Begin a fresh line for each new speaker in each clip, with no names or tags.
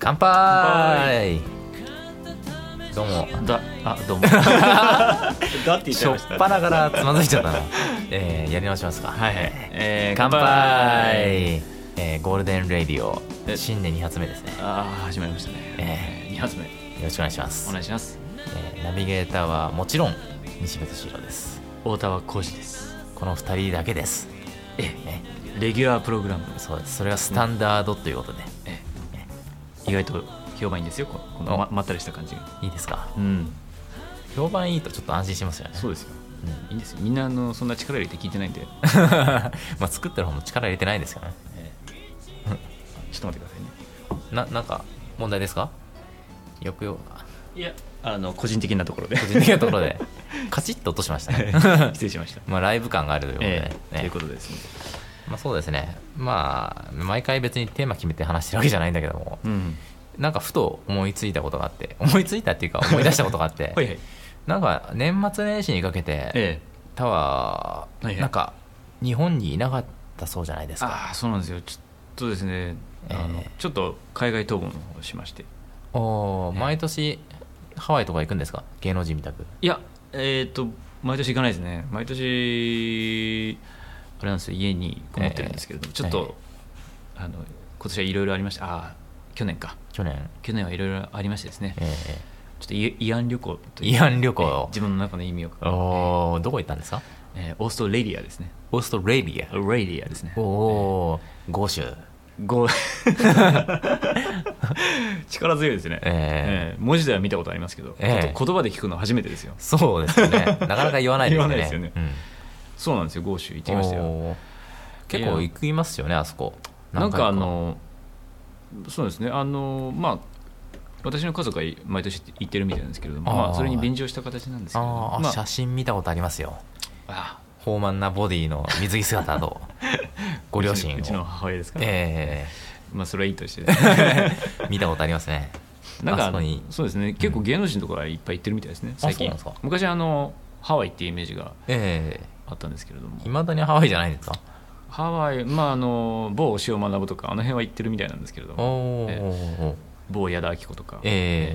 乾杯。どうも
どうもだって言っち
しょっ
ゃいました
ぱなからつまずいちゃったなやり直しますか。
はいはい、
乾杯。ゴールデンレディオ新年2発目ですね。
始まりましたね、2発目よ
よろしくお願いします。
お願いします。
ナビゲーターはもちろん西部敏郎です。
太田は浩二です。
この2人だけです。
レギュラープログラム。
そうです。それがスタンダードということで、
意外と評判いいんですよ、このまったりした感じが。
いいですか。
うん、
評判いいとちょっと安心しますよね。
そうですよ、いいんですよ。みんなそんな力入れて聞いてないんで
まあ作ってる方も力入れてないですよね。
ちょっと待ってくださいね。
なんか問題ですか。
いや個人的なところで
個人的なところでカチッと落としましたね
失礼しました。
まあライブ感があるということで、
ということですね。
まあそうですね。まあ毎回別にテーマ決めて話してるわけじゃないんだけども、なんかふと思いついたことがあって、思いついたっていうか思い出したことがあって
はいはい、
なんか年末年始にかけて、タワー、なんか日本にいなかったそうじゃないですか。
そうなんですよ。ちょっとですね、ちょっと海外逃亡の方をしまして。
毎年ハワイとか行くんですか、芸能人みたく。
いや、毎年行かないですね。毎年あれなんですよ、家にこもってるんですけれども、ちょっと、今年はいろいろありました。去年はいろいろありましてですね、ちょっと慰安旅行という、
慰安旅行、
自分の中の意味を、
どこ行ったんですか。
オーストラリアですね。
オーストラリア
ですね。
豪州
力強いですね。文字では見たことありますけど、言葉で聞くの初めてですよ。
そうですよねなかなか言わないですよね。
言わないですよね。そうなんですよ。豪州行ってきましたよ。
結構行きますよね、あそこ。
なんかそうですね、まあ私の家族は毎年行ってるみたいなんですけれども、それに便乗した形なんですけれども、
写真見たことありますよ。豊満なボディの水着姿とご両親を
うちの母親ですか。まあそれはいいとして
見たことありますね。
なんかそうですね、結構芸能人とかいっぱい行ってるみたいですね、最近。昔ハワイっていうイメージがあったんですけれども、
いまだにハワイじゃないんですか。
ハワイ、某塩学とかあの辺は行ってるみたいなんですけれども、某矢田亜希子とか、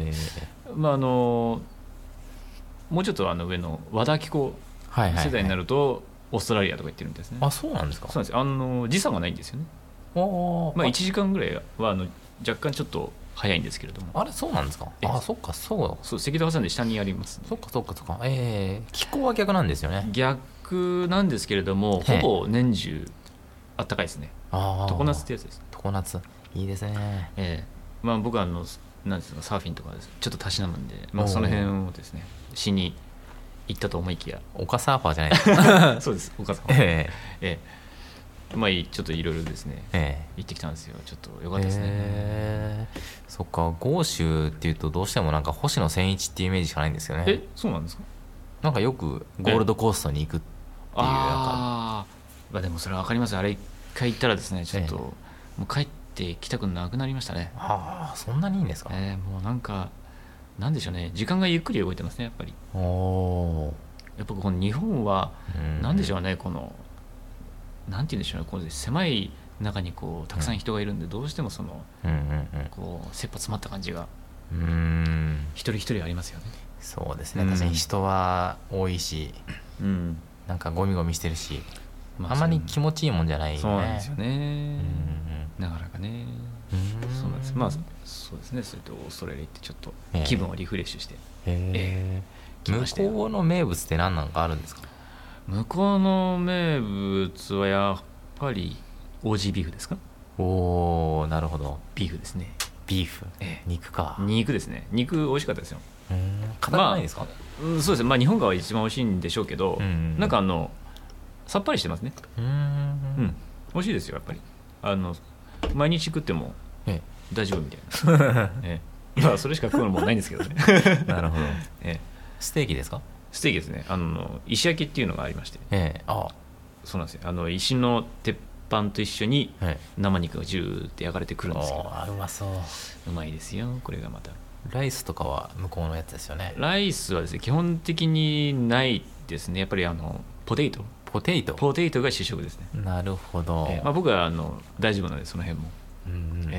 もうちょっと上の和田アキ子世代になるとオーストラリアとか行ってるみたいですね。
そうなんですか。
そうなんです。時差がないんですよね。1時間ぐらいは若干ちょっと早いんですけれども。
そうなんですか。そっか、そう、
赤道挟んで下にあります、ね。
そっか。気候は逆なんですよね。
逆なんですけれども、ほぼ年中あったかいですね。常夏ってやつです。
常夏いいですね。
僕はなんですか、サーフィンとかですちょっとたしなむんで、その辺をですねしに行ったと思いきや、
丘サーファーじゃないですか。
そうです、丘サーファー。ちょっといろいろですね、行ってきたんですよ。ちょっと良かったですね。
そっか、豪州っていうとどうしてもなんか星野千一っていうイメージしかないんですよね。
そうなんですか。
なんかよくゴールドコーストに行くっていう、
でもそれは分かります。あれ一回行ったらですね、ちょっともう帰ってきたくなくなりましたね。
そんなにいいんですか。
もうなんでしょうね、時間がゆっくり動いてますね、やっぱり。やっぱこの日本はなんでしょうね、このなんて言うんでしょうね、この狭い中にたくさん人がいるんで、どうしても切羽詰まった感じが一人一人ありますよね。
そうですね、確かに人は多いし、なんかゴミゴミしてるし、あまり気持ちいいもんじゃないよね。
そうなんですよね、なかなかね。そうなんです。そうですね、それとオーストラリア行ってちょっと気分をリフレッシュして
向こうの名物って何なんかあるんですか。
向こうの名物はやっぱりオージービーフですか。
なるほど。
ビーフですね。
ビーフ、肉か。
肉ですね。肉美味しかったですよ。
硬くないですか。
そうですね、日本が一番美味しいんでしょうけど、なんかさっぱりしてますね。美味しいですよ、やっぱり。毎日食っても大丈夫みたいな。それしか食うのもないんですけどね。
なるほど。ステーキですか。
ステーキですね。石焼きっていうのがありまして、そうなんですよ。石の鉄板と一緒に生肉がジューって焼かれてくるんですけど、
うまそう。
うまいですよ、これがまた。
ライスとかは向こうのやつですよね。
ライスはですね、基本的にないですね。やっぱりポテトが主食ですね。
なるほど。
僕は大丈夫なので、その辺も。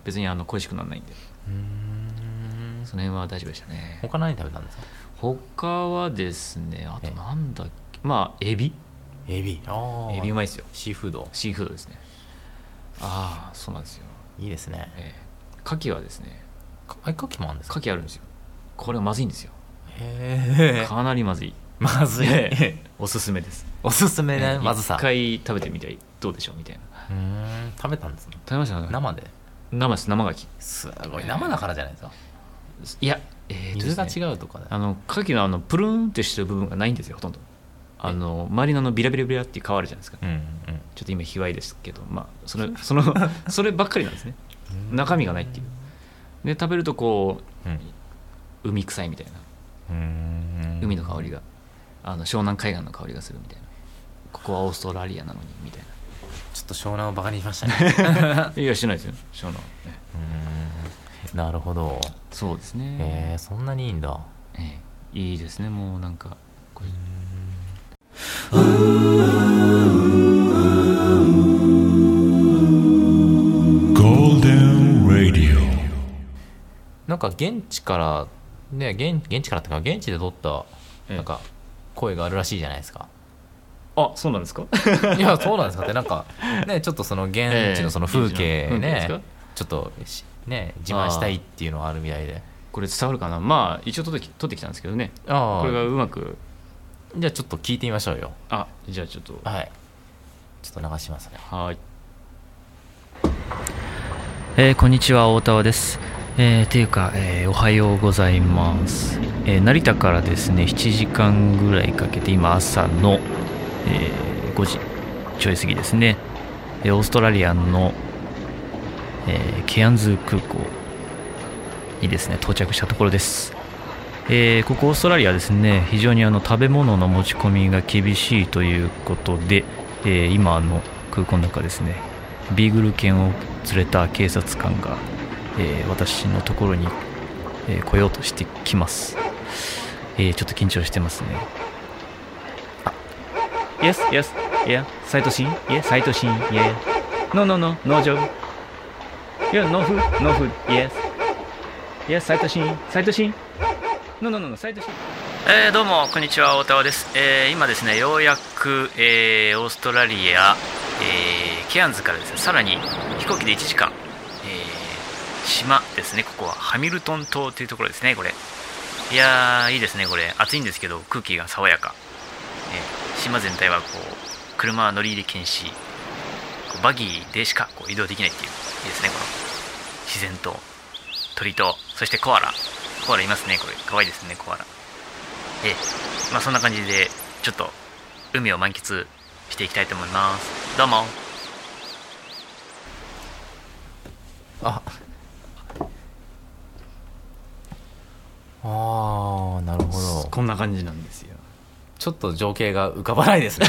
別に恋しくならないんで、その辺は大丈夫でしたね。
他何食べたんですか？
他はですね、あとなんだっけ、まあエビ
エビ
うまいですよ。
シーフード
ですね。そうなんですよ。
いいですね。
牡蠣はですね、
牡蠣もあるんですか？
牡蠣あるんですよ。これはまずいんですよ。かなりまずい。
まずい
おすすめです。
おすすめね、まずさ。
一回食べてみてどうでしょうみたいな。
食べたんですね。
食べましたね。
生で。
生です、生牡蠣。
すごい、生だからじゃないですか。
いや、
水が違うとかね。
牡蠣のプルーンってしてる部分がないんですよ、ほとんど。周りのビラビラビラっていう皮あるじゃないですか。ちょっと今卑猥ですけど、まあそればっかりなんですね。中身がないっていう。で食べるとこう、海臭いみたいな。海の香りが湘南海岸の香りがするみたいな。ここはオーストラリアなのにみたいな。
ちょっと湘南をバカにしましたね。
いや、してないですよ、湘南。
なるほど。
そうですね。
そんなにいいんだ。
いいですね。もうなんかこれ
なんか現地からね、現地からっていうか現地で撮ったなんか声があるらしいじゃないですか。
そうなんですか？
いや、そうなんですかって、なんかね、ちょっとその現地のその風景ね、ちょっとね自慢したいっていうのがあるみたいで。
これ伝わるかな。まあ一応撮ってきたんですけどね。これがうまく。
じゃあちょっと聞いてみましょうよ。
じゃあちょっと、
はいちょっと流しますね。
はい。こんにちは、大田です。っていうか、おはようございます。成田からですね7時間ぐらいかけて、今朝の、5時ちょい過ぎですね、オーストラリアの、ケアンズ空港にですね到着したところです。ここオーストラリアですね、非常に食べ物の持ち込みが厳しいということで、今空港の中ですね、ビーグル犬を連れた警察官が、私のところに、来ようとしてきます。ちょっと緊張してますね。Yes, yeah, サイトシーン Yeah, サイトシーン Yeah, no job Yeah, no food, yes Yeah, サイトシーン No, サイトシーン。どうもこんにちは、大田です。今ですね、ようやく、オーストラリア、ケアンズからですね、さらに飛行機で1時間、島ですね。ここはハミルトン島というところですね。これいやー、いいですね。これ暑いんですけど空気が爽やか。島全体はこう車は乗り入れ禁止、バギーでしかこう移動できないっていう、いいですね。この自然と鳥と、そしてコアラいますね。これ可愛いですね、コアラ。まあそんな感じでちょっと海を満喫していきたいと思います。どうも。
なるほど。
こんな感じなんですよ。
ちょっと情景が浮かばないですね。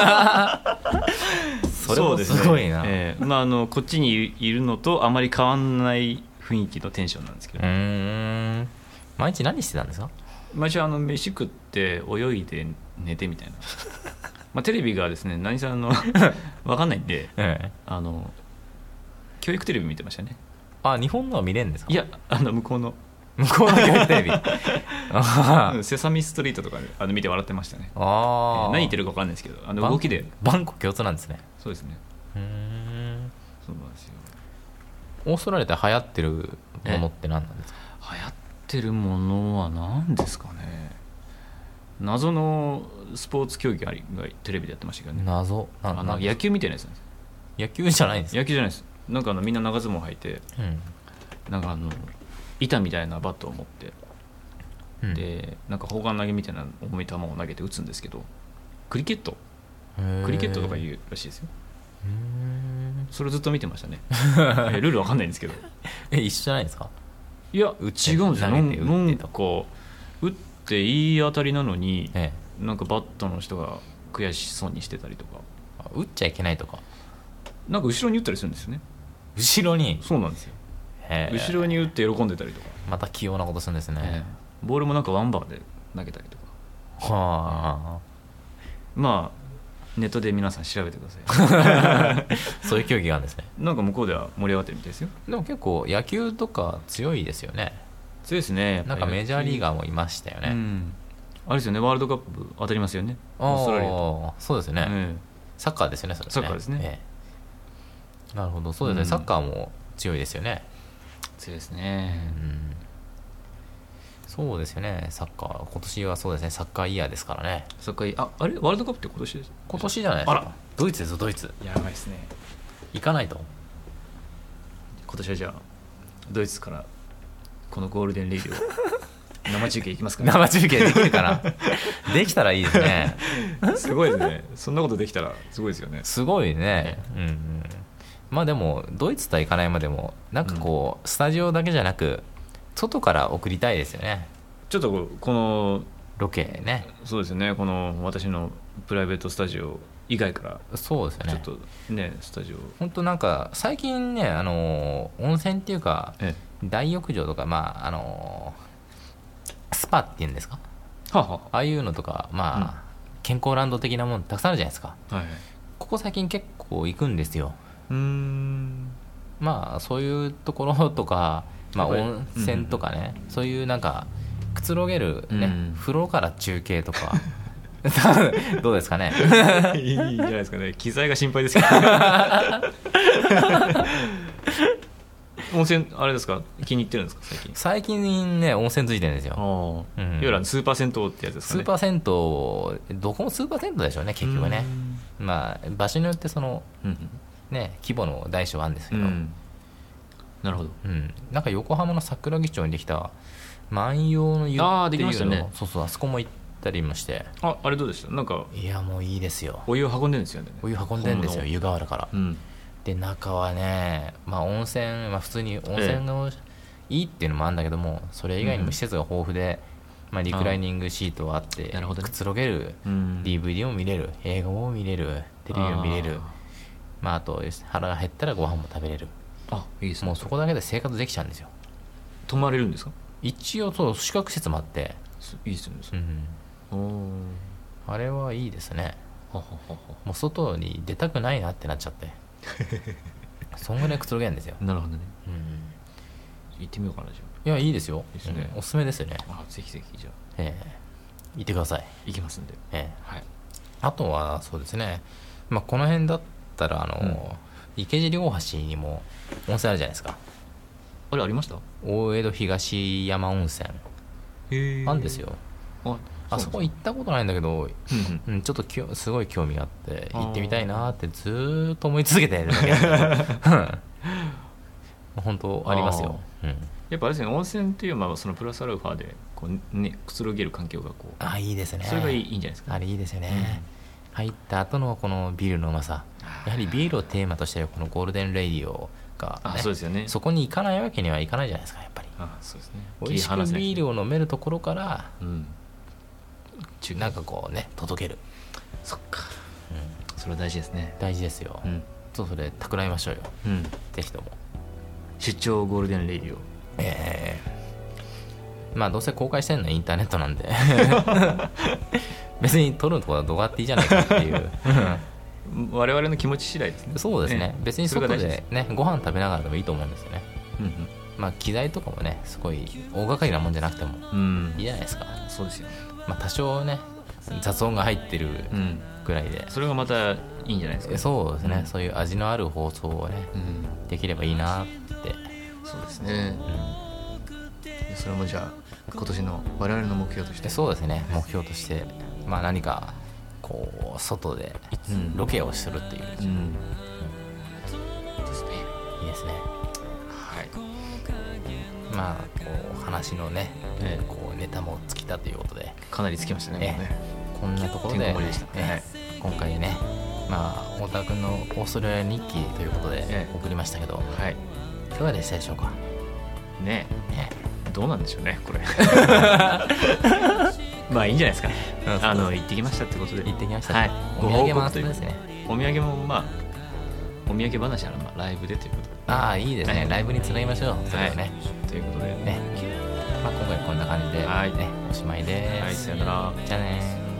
それもすごいな。
まあこっちにいるのとあまり変わんない雰囲気のテンションなんですけど。
毎日何してたんですか？
毎日飯食って泳いで寝てみたいな。まあテレビがですね、何さんわかんないんで、教育テレビ見てましたね。
日本のは見れるんですか？
いや、向こうの
教育テレビ
セサミストリートとかで見て笑ってましたね。何言ってるか分かんないですけど、動きで
バンコク共通なんですね。
そうですね。そうなんですよ。
オーストラリアで流行ってるものって何なんですか？
流行ってるものは何ですかね。謎のスポーツ競技がテレビでやってましたけどね。
謎
野球みたいなやつなんです。
野球じゃないんですか？
野球じゃないです。なんかみんな長ズボン履いて、なんか板みたいなバットを持って、でなんか砲丸投げみたいな重い球を投げて打つんですけど、クリケットとか言うらしいですよ。それずっと見てましたね。ルールわかんないんですけど。
一緒じゃないですか？
いや違うんですよ。なんか打っていい当たりなのに、なんかバットの人が悔しそうにしてたりとか、
打っちゃいけないとか、
なんか後ろに打ったりするんですよね。
後ろに？
そうなんですよ。後ろに打って喜んでたりとか。
また器用なことするんですね。
ボールもなんかワンバーで投げたりとか。
ま
あネットで皆さん調べてください
そういう競技があるんですね。
なんか向こうでは盛り上がってるみたいですよ。
でも結構野球とか強いですよね。
強いですね。
なんかメジャーリーガーもいましたよね、
あれですよね、ワールドカップ当たりますよね、オーストラリアと。
そうですね、サッカーですよね、それね。
サッカーですね、
なるほど、そうですね、サッカーも強いですよね。
強いですね、
そうですよね、サッカー、今年はそうですね、サッカーイヤーですからね。
サッカーあれワールドカップって今年です？
今年じゃないですか。
あら、
ドイツですよ、ドイツ。
やばいですね。
行かないと。
今年はじゃあドイツからこのゴールデンレイディを生中継いきますかね。
生中継できるかなできたらいいですね。
すごいですね、そんなことできたらすごいですよね。
すごいね、まあでもドイツとは行かないまでもなんかこう、スタジオだけじゃなく外から送りたいですよね。
ちょっとこの
ロケね。
そうですね、この私のプライベートスタジオ以外から
そうですよね、
ちょっとねスタジオ
本当なんか最近ね、温泉っていうか、大浴場とか、まあスパっていうんですか、ああいうのとか、まあ健康ランド的なものたくさんあるじゃないですか、ここ最近結構行くんですよ。まあそういうところとか、まあ、温泉とかね、そういうなんかくつろげるね、風呂から中継とかどうですかね。
いいんじゃないですかね。機材が心配ですけど温泉あれですか、気に入ってるんですか
最近ね、温泉ついてるんですよ。
いわゆるスーパー銭湯ってやつですかね。
スーパー銭湯、どこもスーパー銭湯でしょうね、結局ね。まあ場所によってその、ね、規模の大小はあるんですけど、
なるほど、
なんか横浜の桜木町にできた万葉の湯っていうの、そうそう、あそこも行ったりもして。
あれどうでした？なんか
いやもういいですよ。
お湯を運んでるんですよね。
お湯運んでるんですよ、湯河原から、で中はね、まあ温泉、まあ、普通に温泉がいいっていうのもあるんだけども、それ以外にも施設が豊富で、まあ、リクライニングシートがあって、くつろげる、DVD も見れる、映画も見れる、テレビも見れる、まあ、あと腹が減ったらご飯も食べれる。
いいですね。
もうそこだけで生活できちゃうんですよ。
泊まれるんですか？
一応そう宿泊施設もあって、
いいですよね、
あれはいいですね。もう外に出たくないなってなっちゃってそんぐらいくつろげるんですよ。
なるほどね、行ってみようかな。じゃ
あいやいいですよ、おすすめですよね。
ぜひぜひじゃあ、
行ってください。
行きますんで、
あとはそうですね、まあ、この辺だったら池尻大橋にも温泉あるじゃないですか。
あれありました？
大江戸東山温泉あるんですよ。あそこ行ったことないんだけど、ちょっとすごい興味があって行ってみたいなってずーっと思い続けてるだけ本当ありますよ。
やっぱあれですね、温泉っていうのはそのプラスアルファでこう、ね、くつろげる環境がこう、
いいですね。
それがいいんじゃないですか。
あれいいですよね、入った後のこのビールのうまさ、やはりビールをテーマとしているこのゴールデンレディオが、
そうですよね、
そこに行かないわけにはいかないじゃないですか、やっぱり。
そうですね、
美味しくビールを飲めるところから、なんかこうね届ける。
そっか、それは大事ですね。
大事ですよ、それ企みましょうよ、ぜひとも。
出張ゴールデンレディオ、
まあどうせ公開してるのはインターネットなんで別に撮るところはどうやっていいじゃないかっていう
我々の気持ち次第ですね。
そうですね、別に外でねご飯食べながらでもいいと思うんですよね。まあ機材とかもねすごい大掛かりなもんじゃなくてもいいじゃないですか。
そうですよ、
まあ多少ね雑音が入ってるぐらいで、
それがまたいいんじゃないですか。
そうですね、そういう味のある放送をね、できればいいなって。
そうですね、それもじゃあ今年の我々の目標として。
そうですね、目標として、まあ、何かこう外でロケをするっていう、いいですね。いいですね。まあこう話のね、こうネタも尽きたということで、
かなり尽きましたね。
こんなところで、今回ね、まあ太田君のオーストラリア日記ということで送りましたけど、いかがでしたでしょうか。
どうなんでしょうねこれまあいいんじゃないですか。行ってきましたってことで。
行ってきました。お土産もですね。
お土産もまあお土産話はまあライブでということで。
いいですね、ライブにつなぎましょう。それをね、
ということで
ね、まあ今回こんな感じでおしまいです。
さよなら。
じゃあね。